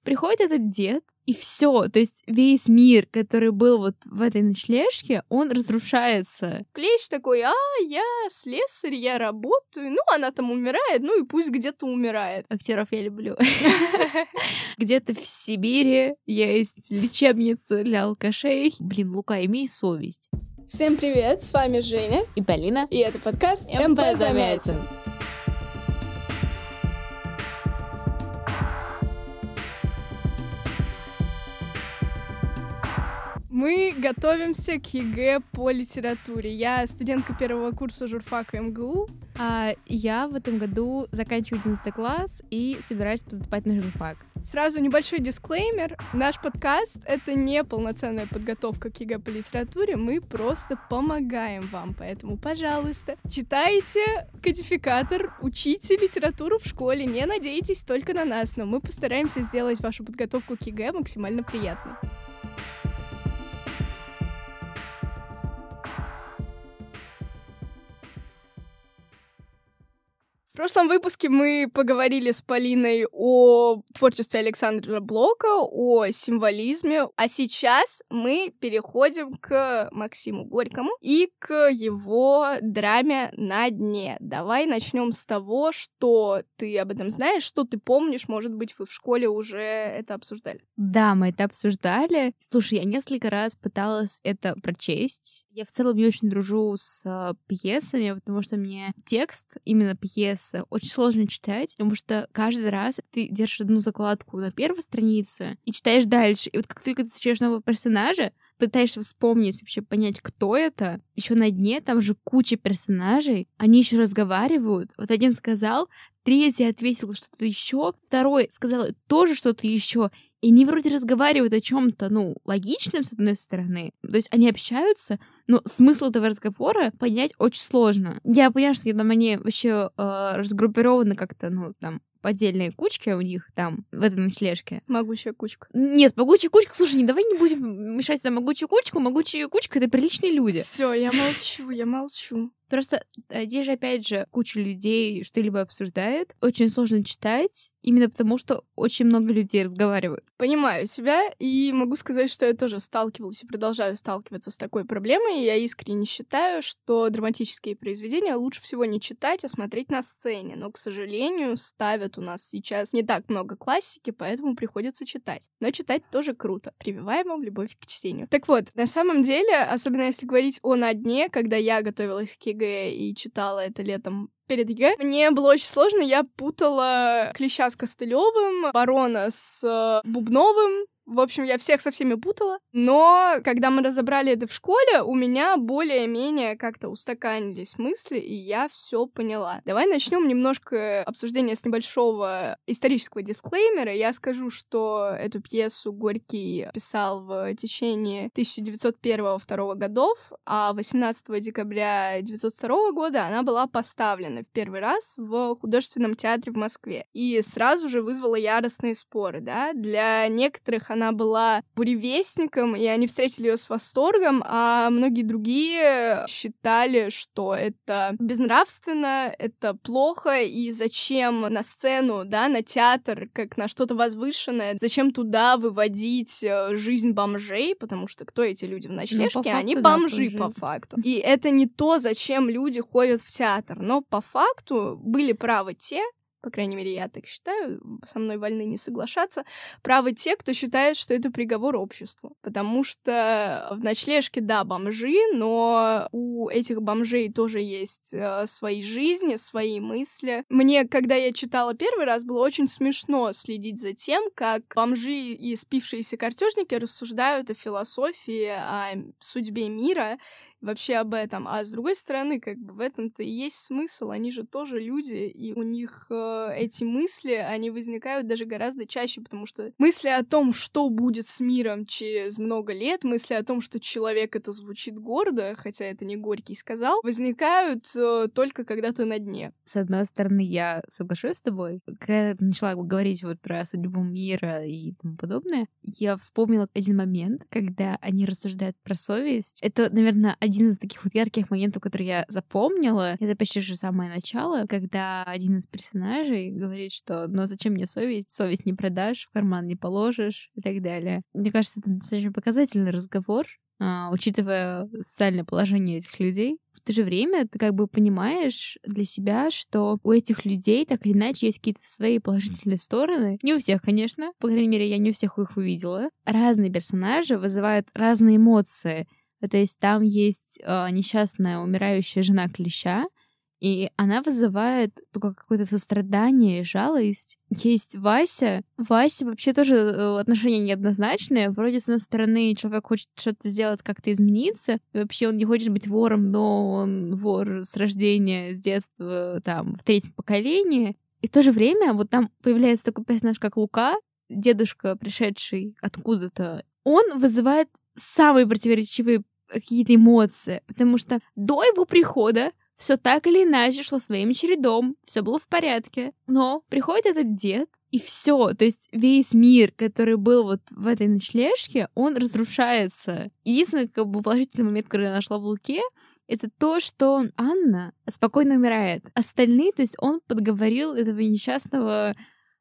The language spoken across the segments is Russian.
приходит этот дед, и все, то есть весь мир, который был вот в этой ночлежке, он разрушается. Клещ такой: я слесарь, я работаю, ну, она там умирает, ну и пусть где-то умирает. Актеров я люблю. Где-то в Сибири есть лечебница для алкашей. Блин, Лука, имей совесть. Всем привет, с вами Женя И Полина. и это подкаст МП МП Замятин. Замятин. Мы готовимся к ЕГЭ по литературе. Я студентка первого курса журфака МГУ. А я в этом году заканчиваю 11 класс и собираюсь поступать на журфак. Сразу небольшой дисклеймер. Наш подкаст — это не полноценная подготовка к ЕГЭ по литературе. Мы просто помогаем вам. Поэтому, пожалуйста, читайте кодификатор, учите литературу в школе. Не надейтесь только на нас, но мы постараемся сделать вашу подготовку к ЕГЭ максимально приятной. В прошлом выпуске мы поговорили с Полиной о творчестве Александра Блока, о символизме, а сейчас мы переходим к Максиму Горькому и к его драме «На дне». Давай начнем с того, что ты об этом знаешь, что ты помнишь, может быть, вы в школе уже это обсуждали. Да, мы это обсуждали. Слушай, я несколько раз пыталась это прочесть. Я в целом не очень дружу с пьесами, потому что мне текст, именно пьесы, очень сложно читать, потому что каждый раз ты держишь одну закладку на первой странице и читаешь дальше. И вот как только ты встречаешь нового персонажа, пытаешься вспомнить, вообще понять, кто это. Еще на дне там же куча персонажей, они еще разговаривают. Вот один сказал, третий ответил что-то еще, второй сказал тоже что-то еще. И они вроде разговаривают о чем-то, логичном, с одной стороны. То есть они общаются, но смысл этого разговора понять очень сложно. Я понимаю, что там они вообще разгруппированы как-то, по отдельной кучке у них там, в этой ночлежке. Могучая кучка. Нет, могучая кучка, слушай, давай не будем мешать за могучую кучку. Могучая кучка — это приличные люди. Все, я молчу. Просто здесь же, опять же, куча людей что-либо обсуждает. Очень сложно читать, именно потому что очень много людей разговаривают. Понимаю себя, и могу сказать, что я тоже сталкивалась и продолжаю сталкиваться с такой проблемой. Я искренне считаю, что драматические произведения лучше всего не читать, а смотреть на сцене. Но, к сожалению, ставят у нас сейчас не так много классики, поэтому приходится читать. Но читать тоже круто. Прививаем вам любовь к чтению. Так вот, на самом деле, особенно если говорить о «На дне», когда я готовилась к ЕГЭ и читала это летом перед ЕГЭ, мне было очень сложно, я путала Клеща с Костылёвым, Барона с Бубновым. В общем, я всех со всеми путала. Но когда мы разобрали это в школе, у меня более-менее как-то устаканились мысли, и я все поняла. Давай начнем немножко обсуждение с небольшого исторического дисклеймера. Я скажу, что эту пьесу Горький писал в течение 1901-1902 годов, а 18 декабря 1902 года она была поставлена в первый раз в художественном театре в Москве. И сразу же вызвала яростные споры, да. Для некоторых она была буревестником, и они встретили ее с восторгом, а многие другие считали, что это безнравственно, это плохо, и зачем на сцену, да, на театр, как на что-то возвышенное, зачем туда выводить жизнь бомжей, потому что кто эти люди в ночлежке? Они бомжи, по факту. И это не то, зачем люди ходят в театр, но по факту были правы те, по крайней мере, я так считаю, со мной вольны не соглашаться, правы те, кто считает, что это приговор обществу. Потому что в ночлежке, да, бомжи, но у этих бомжей тоже есть свои жизни, свои мысли. Мне, когда я читала первый раз, было очень смешно следить за тем, как бомжи и спившиеся картежники рассуждают о философии, о судьбе мира, вообще об этом. А с другой стороны, как бы в этом-то и есть смысл. Они же тоже люди, и у них эти мысли, они возникают даже гораздо чаще, потому что мысли о том, что будет с миром через много лет, мысли о том, что человек — это звучит гордо, хотя это не Горький сказал, возникают только когда ты на дне. С одной стороны, я соглашусь с тобой. Когда ты начала говорить вот про судьбу мира и тому подобное, я вспомнила один момент, когда они рассуждают про совесть. Это, наверное, один из таких вот ярких моментов, который я запомнила, это почти же самое начало, когда один из персонажей говорит, что «ну зачем мне совесть? Совесть не продашь, в карман не положишь» и так далее. Мне кажется, это достаточно показательный разговор, учитывая социальное положение этих людей. В то же время ты как бы понимаешь для себя, что у этих людей так или иначе есть какие-то свои положительные стороны. Не у всех, конечно. По крайней мере, я не у всех их увидела. Разные персонажи вызывают разные эмоции. То есть там есть несчастная умирающая жена Клеща, и она вызывает только какое-то сострадание и жалость. Есть Вася. Вася вообще тоже отношения неоднозначные. Вроде, с одной стороны, человек хочет что-то сделать, как-то измениться. И вообще он не хочет быть вором, но он вор с рождения, с детства, там, в 3-м поколении. И в то же время вот там появляется такой персонаж, как Лука, дедушка, пришедший откуда-то. Он вызывает самые противоречивые какие-то эмоции, потому что до его прихода все так или иначе шло своим чередом, все было в порядке. Но приходит этот дед, и все, то есть весь мир, который был вот в этой ночлежке, он разрушается. Единственный как бы положительный момент, который я нашла в Луке, это то, что Анна спокойно умирает. Остальные, то есть он подговорил этого несчастного,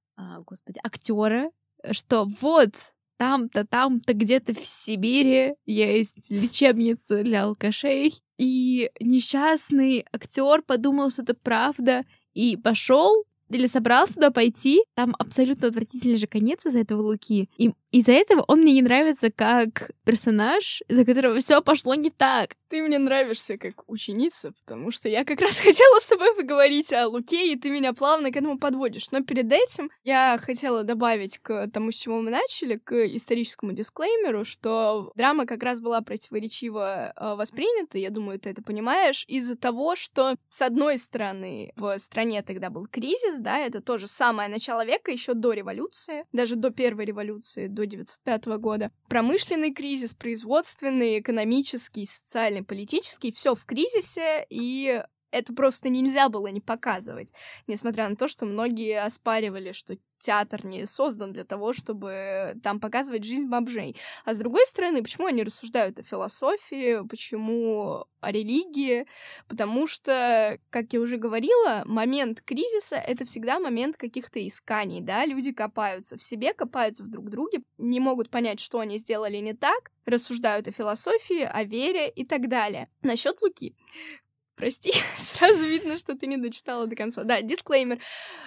актера, что вот там-то где-то в Сибири есть лечебница для алкашей. И несчастный актер подумал, что это правда, и пошел или собрался туда пойти. Там абсолютно отвратительный же конец из-за этого Луки. И из-за этого он мне не нравится как персонаж, из-за которого все пошло не так. Ты мне нравишься как ученица, потому что я как раз хотела с тобой поговорить о Луке, и ты меня плавно к этому подводишь. Но перед этим я хотела добавить к тому, с чего мы начали, к историческому дисклеймеру, что драма как раз была противоречиво воспринята, я думаю, ты это понимаешь, из-за того, что, с одной стороны, в стране тогда был кризис, да, это тоже самое начало века, еще до революции, даже до первой революции, до 1905 года. Промышленный кризис, производственный, экономический, социальный, политический, все в кризисе, и это просто нельзя было не показывать, несмотря на то, что многие оспаривали, что театр не создан для того, чтобы там показывать жизнь бомжей. А с другой стороны, почему они рассуждают о философии, почему о религии? Потому что, как я уже говорила, момент кризиса — это всегда момент каких-то исканий, да, люди копаются в себе, копаются в друг друге, не могут понять, что они сделали не так, рассуждают о философии, о вере и так далее. Насчет Луки. Прости, сразу видно, что ты не дочитала до конца. Да, дисклеймер.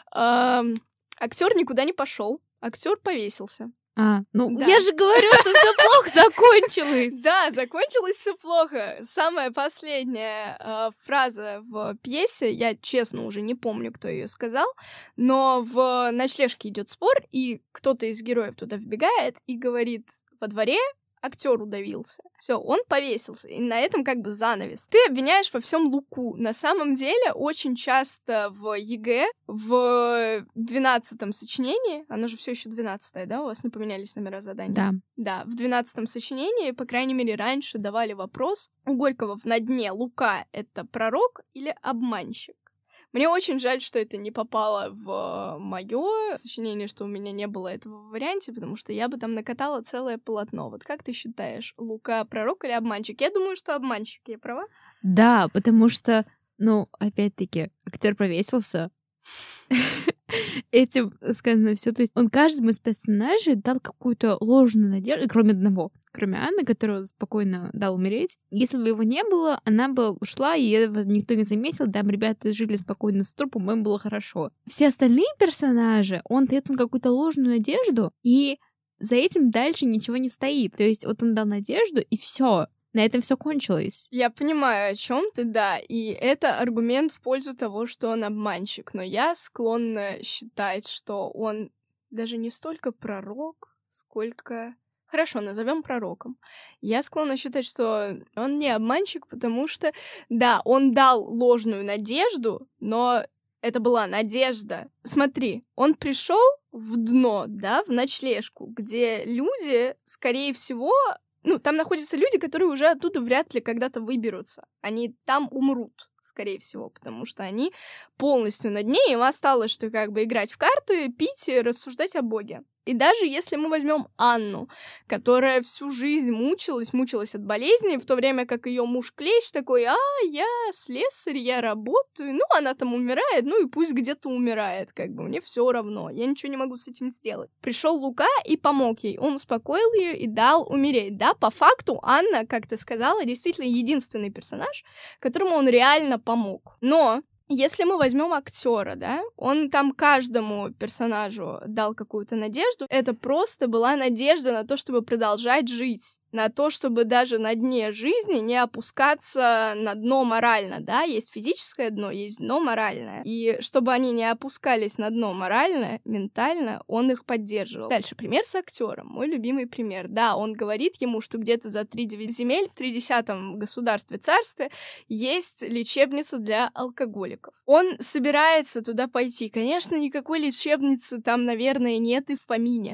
Актер никуда не пошел, актер повесился. Да. Я же говорю, что все плохо закончилось. Да, закончилось все плохо. Самая последняя фраза в пьесе, я честно уже не помню, кто ее сказал, но в ночлежке идет спор, и кто-то из героев туда вбегает и говорит: во дворе актер удавился. Все, он повесился. И на этом как бы занавес. Ты обвиняешь во всем Луку. На самом деле, очень часто в ЕГЭ, в 12-м сочинении, оно же все еще 12-е, да? У вас не поменялись номера заданий? Да. Да, в 12-м сочинении, по крайней мере, раньше давали вопрос. У Горького на дне Лука — это пророк или обманщик? Мне очень жаль, что это не попало в моё сочинение, что у меня не было этого в варианте, потому что я бы там накатала целое полотно. Вот как ты считаешь, Лука пророк или обманщик? Я думаю, что обманщик. Я права? Да, потому что, опять-таки, актер повесился. Этим сказано все. То есть он каждому из персонажей дал какую-то ложную надежду, кроме одного, кроме Анны, которую спокойно дал умереть. Если бы его не было, она бы ушла, и этого никто не заметил. Да, ребята жили спокойно с трупом, им было хорошо. Все остальные персонажи, он дает им какую-то ложную надежду, и за этим дальше ничего не стоит. То есть вот он дал надежду, и все. На этом все кончилось. Я понимаю, о чем ты, да, и это аргумент в пользу того, что он обманщик, но я склонна считать, что он даже не столько пророк, сколько... Хорошо, назовем пророком. Я склонна считать, что он не обманщик, потому что, да, он дал ложную надежду, но это была надежда. Смотри, он пришел в дно, да, в ночлежку, где люди, скорее всего... там находятся люди, которые уже оттуда вряд ли когда-то выберутся. Они там умрут, скорее всего, потому что они полностью на дне, им осталось, что как бы играть в карты, пить и рассуждать о Боге. И даже если мы возьмем Анну, которая всю жизнь мучилась от болезни, в то время как ее муж Клещ такой: я слесарь, я работаю, ну, она там умирает, ну и пусть где-то умирает, как бы, мне все равно, я ничего не могу с этим сделать. Пришел Лука и помог ей, он успокоил ее и дал умереть, да, по факту Анна, как ты сказала, действительно единственный персонаж, которому он реально помог. Но если мы возьмем актера, да, он там каждому персонажу дал какую-то надежду. Это просто была надежда на то, чтобы продолжать жить, на то, чтобы даже на дне жизни не опускаться на дно морально, да, есть физическое дно, есть дно моральное. И чтобы они не опускались на дно моральное, ментально, он их поддерживал. Dальше, пример с актером, мой любимый пример. Да, он говорит ему, что где-то за 3-9 земель в 30-м государстве-царстве есть лечебница для алкоголиков. Он собирается туда пойти. Конечно, никакой лечебницы там, наверное, нет и в помине,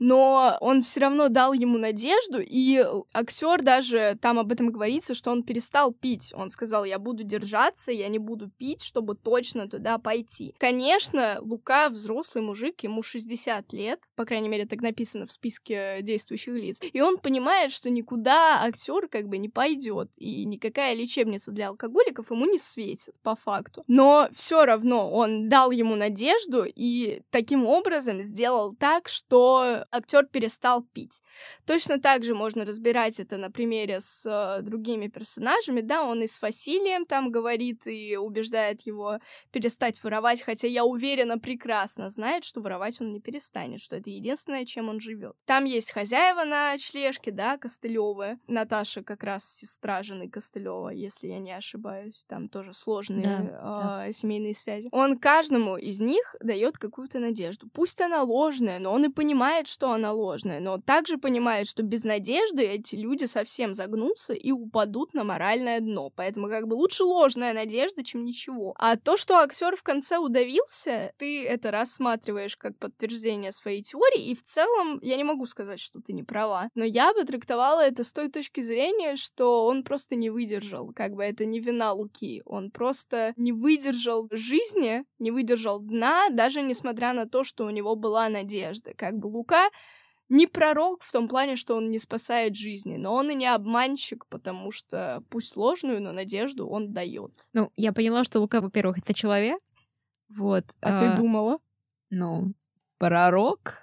но он все равно дал ему надежду, и актер даже там об этом говорится, что он перестал пить. Он сказал: я буду держаться, я не буду пить, чтобы точно туда пойти. Конечно, Лука взрослый мужик, ему 60 лет, по крайней мере, так написано в списке действующих лиц. И он понимает, что никуда актер как бы не пойдет, и никакая лечебница для алкоголиков ему не светит, по факту. Но все равно он дал ему надежду и таким образом сделал так, что актер перестал пить. Точно так же можно разбирать это на примере с другими персонажами, да, он и с Василием там говорит и убеждает его перестать воровать, хотя я уверена, прекрасно знает, что воровать он не перестанет, что это единственное, чем он живет. Там есть хозяева на ночлежке, да, Костылёвы. Наташа как раз сестра жены Костылёва, если я не ошибаюсь, там тоже сложные семейные связи. Он каждому из них дает какую-то надежду. Пусть она ложная, но он и понимает, что она ложная, но также понимает, что без надежды эти люди совсем загнутся и упадут на моральное дно. Поэтому как бы лучше ложная надежда, чем ничего. А то, что актер в конце удавился, ты это рассматриваешь как подтверждение своей теории, и в целом я не могу сказать, что ты не права. Но я бы трактовала это с той точки зрения, что он просто не выдержал. Как бы это не вина Луки. Он просто не выдержал жизни, не выдержал дна, даже несмотря на то, что у него была надежда. Как бы Лука не пророк в том плане, что он не спасает жизни, но он и не обманщик, потому что пусть ложную, но надежду он дает. Ну, я поняла, что Лука, во-первых, это человек. Вот. А ты думала? Ну, пророк.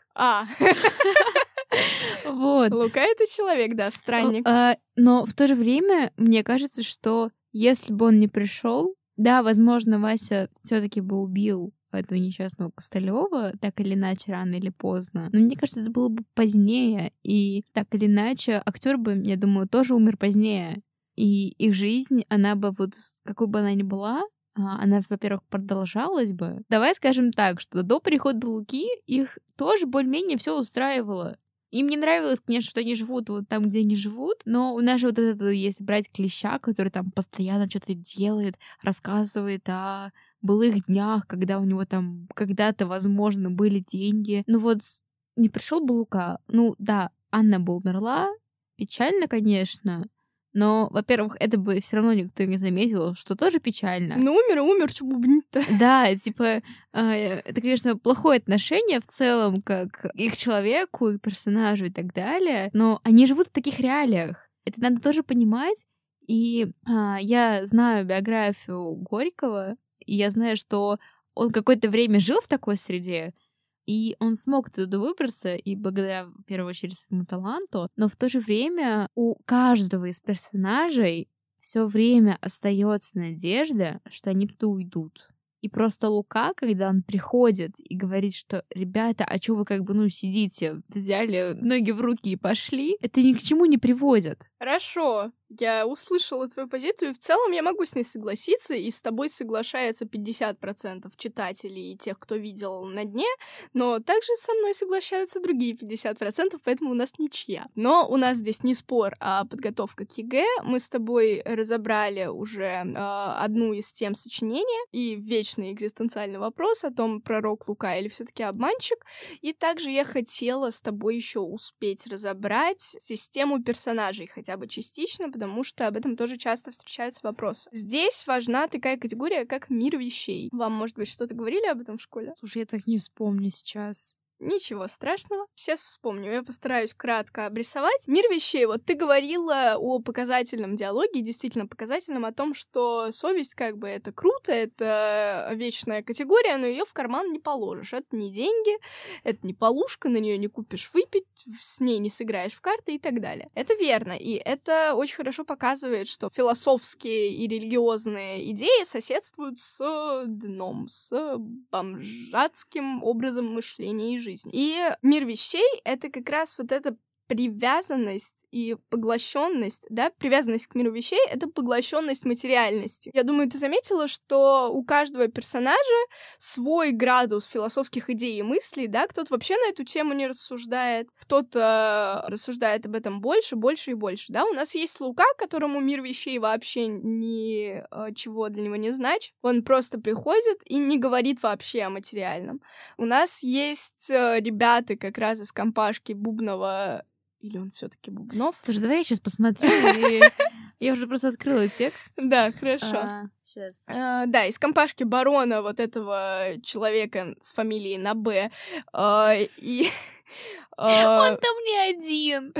Вот. Лука — это человек, да, странник. Но в то же время мне кажется, что если бы он не пришел, да, возможно, Вася все-таки бы убил этого несчастного Костылёва, так или иначе, рано или поздно. Но мне кажется, это было бы позднее. И так или иначе, актер бы, я думаю, тоже умер позднее. И их жизнь, она бы вот, какой бы она ни была, она, во-первых, продолжалась бы. Давай скажем так, что до прихода Луки их тоже более-менее все устраивало. Им не нравилось, конечно, что они живут вот там, где они живут, но у нас же вот это, если брать Клеща, который там постоянно что-то делает, рассказывает о былых днях, когда у него там когда-то, возможно, были деньги. Ну вот не пришел бы Лука. Ну да, Анна бы умерла. Печально, конечно. Но, во-первых, это бы все равно никто не заметил, что тоже печально. Ну, умер и умер, что бубнить-то? Да, типа, это, конечно, плохое отношение в целом, как и к человеку, и к персонажу и так далее, но они живут в таких реалиях. Это надо тоже понимать. И я знаю биографию Горького, и я знаю, что он какое-то время жил в такой среде, и он смог оттуда выбраться, и благодаря, в первую очередь, своему таланту, но в то же время у каждого из персонажей все время остается надежда, что они туда уйдут. И просто Лука, когда он приходит и говорит, что ребята, а чё вы как бы, сидите, взяли ноги в руки и пошли, это ни к чему не приводит. Хорошо, я услышала твою позицию, и в целом я могу с ней согласиться, и с тобой соглашается 50% читателей и тех, кто видел на дне, но также со мной соглашаются другие 50%, поэтому у нас ничья. Но у нас здесь не спор, а подготовка к ЕГЭ. Мы с тобой разобрали уже одну из тем сочинения и вечный экзистенциальный вопрос о том, пророк Лука или все-таки обманщик. И также я хотела с тобой еще успеть разобрать систему персонажей, хотя бы частично, потому что об этом тоже часто встречаются вопросы. Здесь важна такая категория, как мир вещей. Вам, может быть, что-то говорили об этом в школе? Слушай, я так не вспомню сейчас. Ничего страшного. Сейчас вспомню. Я постараюсь кратко обрисовать. Мир вещей. Вот ты говорила о показательном диалоге, действительно показательном, о том, что совесть как бы это круто, это вечная категория, но ее в карман не положишь. Это не деньги, это не полушка, на нее не купишь выпить, с ней не сыграешь в карты и так далее. Это верно, и это очень хорошо показывает, что философские и религиозные идеи соседствуют с дном, с бомжатским образом мышления и жизни. И мир вещей — это как раз вот эта привязанность и поглощенность, да, привязанность к миру вещей — это поглощенность материальностью. Я думаю, ты заметила, что у каждого персонажа свой градус философских идей и мыслей, да, кто-то вообще на эту тему не рассуждает, кто-то рассуждает об этом больше, больше и больше, да. У нас есть Лука, которому мир вещей вообще ничего для него не значит, он просто приходит и не говорит вообще о материальном. У нас есть ребята как раз из компашки Бубнова. Или он все-таки Бубнов? Слушай, давай я сейчас посмотрю. Я уже просто открыла текст. Да, хорошо. Сейчас. Да, из компашки Барона, вот этого человека с фамилией на Б. И... Он там не один.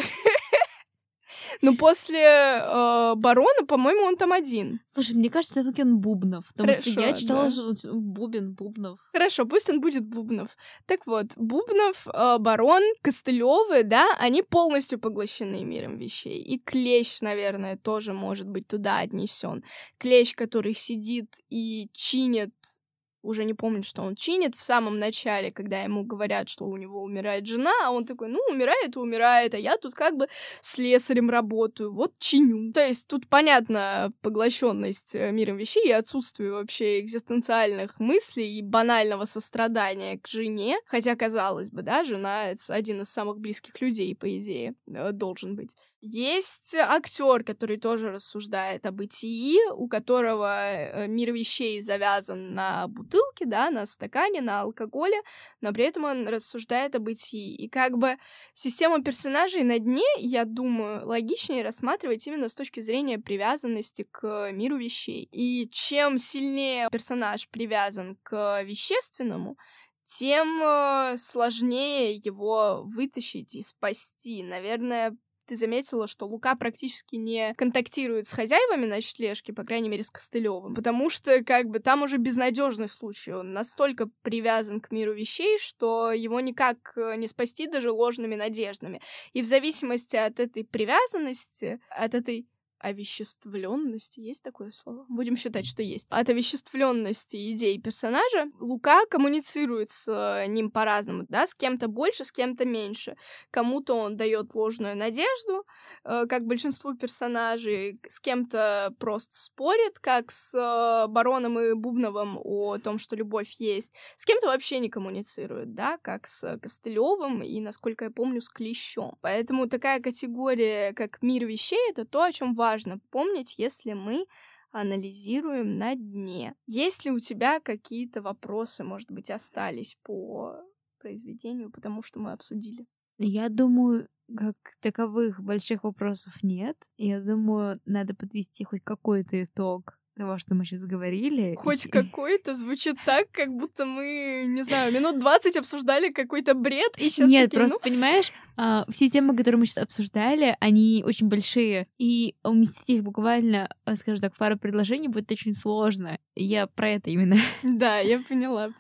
Ну, после Барона, по-моему, он там один. Слушай, мне кажется, все-таки он Бубнов, потому Хорошо, что я читала, да. что Бубнов. Хорошо, пусть он будет Бубнов. Так вот, Бубнов, Барон, Костылёвы, да, они полностью поглощены миром вещей. И Клещ, наверное, тоже может быть туда отнесен. Клещ, который сидит и чинит, уже не помню, что он чинит в самом начале, когда ему говорят, что у него умирает жена, а он такой, ну, умирает и умирает, а я тут как бы слесарем работаю, вот чиню. То есть тут понятна поглощенность миром вещей и отсутствие вообще экзистенциальных мыслей и банального сострадания к жене, хотя, казалось бы, да, жена — это один из самых близких людей, по идее, должен быть. Есть актер, который тоже рассуждает о бытии, у которого мир вещей завязан на бутылке, да, на стакане, на алкоголе, но при этом он рассуждает о бытии. И как бы систему персонажей на дне, я думаю, логичнее рассматривать именно с точки зрения привязанности к миру вещей. И чем сильнее персонаж привязан к вещественному, тем сложнее его вытащить и спасти. Наверное, ты заметила, что Лука практически не контактирует с хозяевами ночлежки, по крайней мере, с Костылёвым, потому что, как бы, там уже безнадежный случай. Он настолько привязан к миру вещей, что его никак не спасти даже ложными надеждами. И в зависимости от этой привязанности, от этой овеществленности, есть такое слово? Будем считать, что есть. От овеществленности идей персонажа Лука коммуницирует с ним по-разному, да, с кем-то больше, с кем-то меньше. Кому-то он дает ложную надежду, как большинству персонажей, с кем-то просто спорит, как с Бароном и Бубновым о том, что любовь есть, с кем-то вообще не коммуницирует, да, как с Костылёвым и, насколько я помню, с Клещом. Поэтому такая категория, как мир вещей, это то, о чем важно помнить, если мы анализируем на дне. Есть ли у тебя какие-то вопросы, может быть, остались по произведению, потому что мы обсудили? Я думаю, как таковых больших вопросов нет. Я думаю, надо подвести хоть какой-то итог того, что мы сейчас говорили. Хоть какой-то звучит так, как будто мы, не знаю, минут 20 обсуждали какой-то бред, и сейчас Нет, такие, просто, понимаешь, все темы, которые мы сейчас обсуждали, они очень большие, и уместить их буквально, скажем так, в пару предложений будет очень сложно. Я про это именно. Да, я поняла.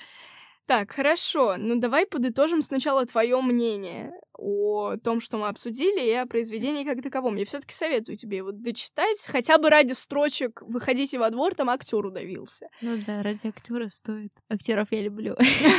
Так, хорошо. Ну, давай подытожим сначала твое мнение о том, что мы обсудили, и о произведении как таковом. Я все-таки советую тебе его дочитать, хотя бы ради строчек «Выходите во двор», там актер удавился. Ну да, ради актера стоит. Актеров я люблю.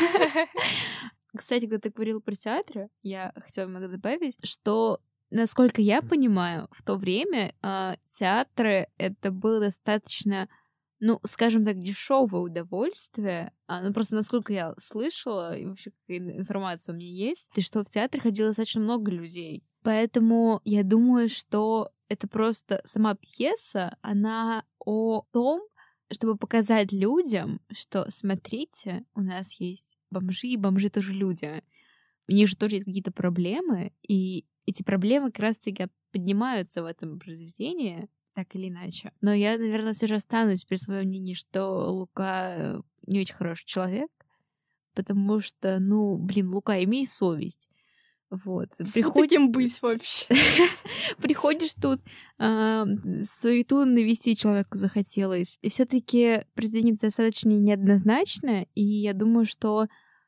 Кстати, когда ты говорила про театры, я хотела много добавить, что, насколько я понимаю, в то время театры — это было достаточно, ну, скажем так, дешевое удовольствие. Ну, просто насколько я слышала, и вообще какая информация у меня есть, и что в театр ходило достаточно много людей. Поэтому я думаю, что это просто сама пьеса, она о том, чтобы показать людям, что, смотрите, у нас есть бомжи, и бомжи тоже люди. У них же тоже есть какие-то проблемы, и эти проблемы как раз-таки поднимаются в этом произведении, так или иначе. Но я, наверное, все же останусь при своем мнении, что Лука не очень хороший человек, потому что, Лука, имей совесть. Вот. Фу, таким быть вообще. Приходишь тут, суету навести человеку захотелось. И все-таки произведение достаточно неоднозначное, и я думаю, что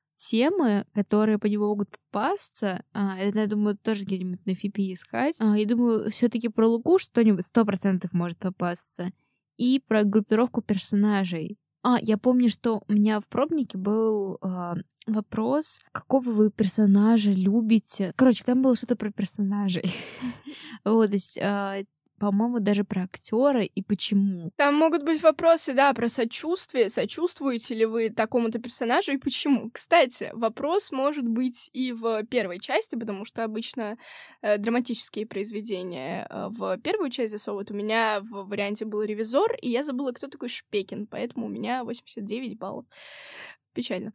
темы, которые по нему могут попасться, это, я думаю, тоже где-нибудь на Фипе искать. Я думаю, все-таки про Луку что-нибудь 100% может попасться. И про группировку персонажей. Я помню, что у меня в пробнике был вопрос, какого вы персонажа любите. Короче, там было что-то про персонажей. Вот, то есть, по-моему, даже про актера и почему. Там могут быть вопросы, да, про сочувствие. Сочувствуете ли вы такому-то персонажу и почему? Кстати, вопрос может быть и в первой части, потому что обычно драматические произведения в первую часть засовывают. У меня в варианте был «Ревизор», и я забыла, кто такой Шпекин, поэтому у меня 89 баллов. Печально.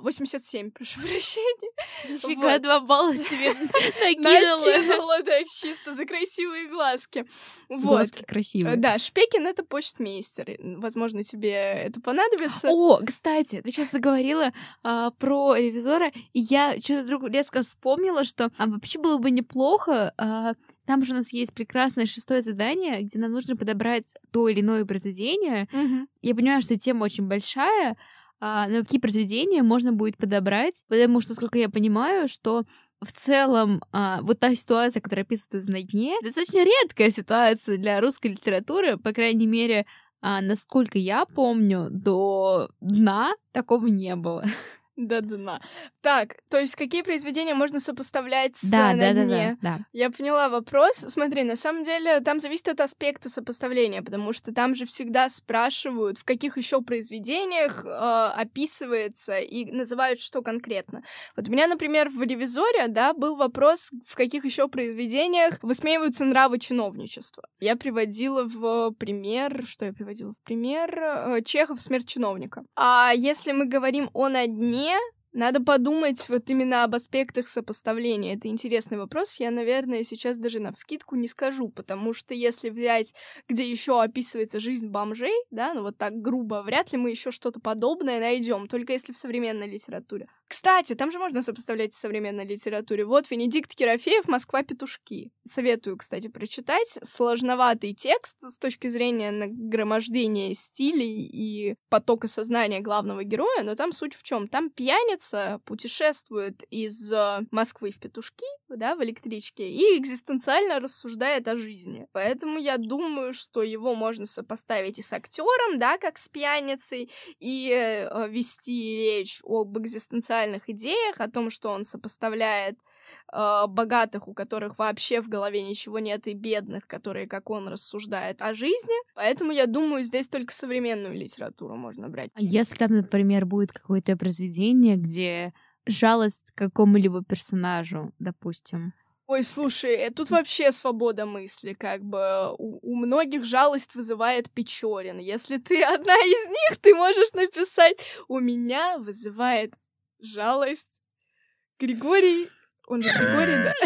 87, прошу прощения. Нифига, вот. 2 балла себе накинула, да, чисто за красивые глазки. Глазки красивые. Да, Шпекин — это почтмейстер. Возможно, тебе это понадобится. О, кстати, ты сейчас заговорила про «Ревизора», и я что-то вдруг резко вспомнила, что вообще было бы неплохо. Там же у нас есть прекрасное 6-е задание, где нам нужно подобрать то или иное произведение. Я понимаю, что тема очень большая, но какие произведения можно будет подобрать, потому что, насколько я понимаю, что в целом вот та ситуация, которая описывается на дне, достаточно редкая ситуация для русской литературы, по крайней мере, насколько я помню, до дна такого не было. До дна. Так, то есть какие произведения можно сопоставлять с «На дне»? Да. Я поняла вопрос. Смотри, на самом деле там зависит от аспекта сопоставления, потому что там же всегда спрашивают, в каких еще произведениях описывается и называют что конкретно. Вот у меня, например, в «Ревизоре», да, был вопрос, в каких еще произведениях высмеиваются нравы чиновничества. Я приводила в пример... Что я приводила в пример? Чехов «Смерть чиновника». А если мы говорим о «На дне», надо подумать вот именно об аспектах сопоставления. Это интересный вопрос. Я, наверное, сейчас даже навскидку не скажу, потому что если взять, где еще описывается жизнь бомжей, да, вот так грубо, вряд ли мы еще что-то подобное найдем, только если в современной литературе. Кстати, там же можно сопоставлять в современной литературе. Вот Венедикт Ерофеев «Москва-петушки». Советую, кстати, прочитать. Сложноватый текст с точки зрения нагромождения стилей и потока сознания главного героя, но там суть в чем? Там пьяница путешествует из Москвы в Петушки, да, в электричке, и экзистенциально рассуждает о жизни. Поэтому я думаю, что его можно сопоставить и с актером, да, как с пьяницей, и вести речь об экзистенциальных идеях, о том, что он сопоставляет богатых, у которых вообще в голове ничего нет, и бедных, которые, как он, рассуждает о жизни. Поэтому, я думаю, здесь только современную литературу можно брать. А если там, например, будет какое-то произведение, где жалость к какому-либо персонажу, допустим? Ой, слушай, тут вообще свобода мысли, как бы у многих жалость вызывает Печорин. Если ты одна из них, ты можешь написать: у меня вызывает жалость Григорий... Он же Григорий, да?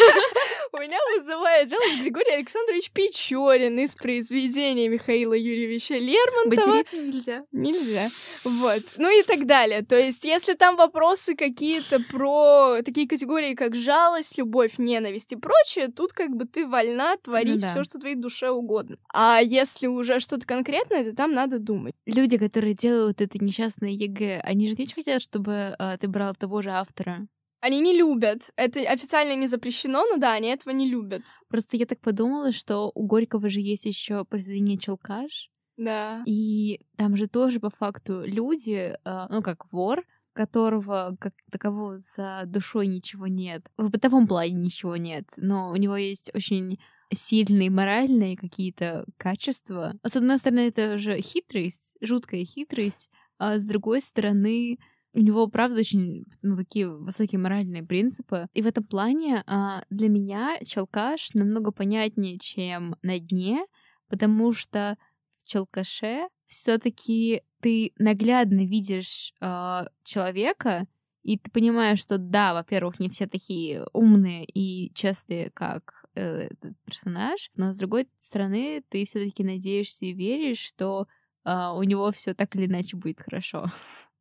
У меня вызывает жалость Григорий Александрович Печорин из произведения Михаила Юрьевича Лермонтова. Материться нельзя. Нельзя. Вот. Ну и так далее. То есть, если там вопросы какие-то про такие категории, как жалость, любовь, ненависть и прочее, тут как бы ты вольна творить все, что твоей душе угодно. А если уже что-то конкретное, то там надо думать. Люди, которые делают это несчастное ЕГЭ, они же не очень хотят, чтобы ты брал того же автора. Они не любят. Это официально не запрещено, но да, они этого не любят. Просто я так подумала, что у Горького же есть еще произведение «Челкаш». Да. И там же тоже по факту люди, как вор, которого как такового за душой ничего нет. В бытовом плане ничего нет, но у него есть очень сильные моральные какие-то качества. С одной стороны, это же хитрость, жуткая хитрость, а с другой стороны, у него, правда, очень такие высокие моральные принципы. И в этом плане для меня Челкаш намного понятнее, чем «На дне», потому что в Челкаше все-таки ты наглядно видишь человека, и ты понимаешь, что да, во-первых, не все такие умные и честные, как этот персонаж, но с другой стороны, ты все-таки надеешься и веришь, что у него все так или иначе будет хорошо.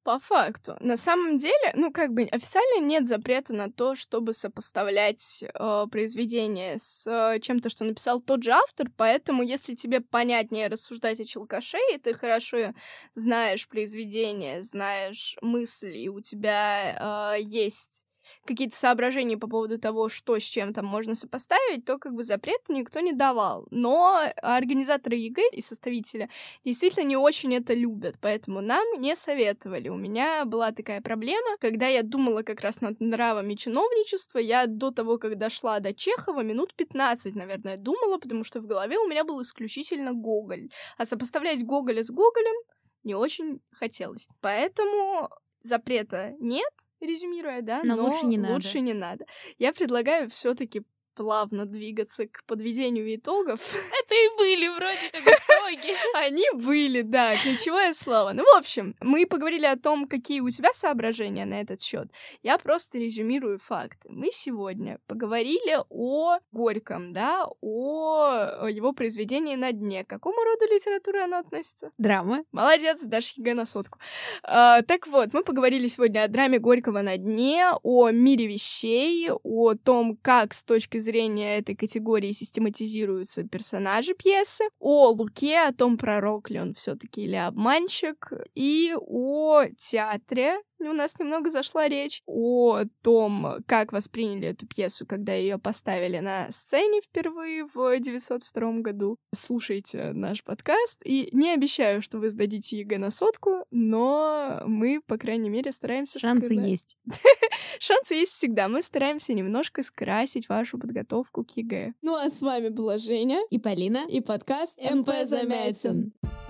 По факту. На самом деле, официально нет запрета на то, чтобы сопоставлять произведение с чем-то, что написал тот же автор, поэтому если тебе понятнее рассуждать о Челкаше, и ты хорошо знаешь произведение, знаешь мысли, и у тебя есть какие-то соображения по поводу того, что с чем там можно сопоставить, то запрета никто не давал. Но организаторы ЕГЭ и составители действительно не очень это любят, поэтому нам не советовали. У меня была такая проблема, когда я думала как раз над нравами чиновничества, я до того, как дошла до Чехова, минут 15, наверное, думала, потому что в голове у меня был исключительно Гоголь. А сопоставлять Гоголя с Гоголем не очень хотелось. Поэтому запрета нет, резюмируя, да, но лучше не надо. Я предлагаю все-таки плавно двигаться к подведению итогов. Это и были вроде как итоги. Они были, да, ключевое слово. В общем, мы поговорили о том, какие у тебя соображения на этот счет. Я просто резюмирую факты. Мы сегодня поговорили о Горьком, да, о его произведении «На дне». К какому роду литературы оно относится? Драма. Молодец, дашь ЕГЭ на сотку. Так вот, мы поговорили сегодня о драме Горького «На дне», о мире вещей, о том, как с точки зрения этой категории систематизируются персонажи пьесы, о Луке, о том, пророк ли он все-таки или обманщик, и о театре. У нас немного зашла речь о том, как восприняли эту пьесу, когда ее поставили на сцене впервые в 1902 году. Слушайте наш подкаст, и не обещаю, что вы сдадите ЕГЭ на сотку, но мы, по крайней мере, стараемся... Шансы есть. Шансы есть всегда. Мы стараемся немножко скрасить вашу подготовку к ЕГЭ. Ну а с вами была Женя и Полина, и подкаст МП Замятин.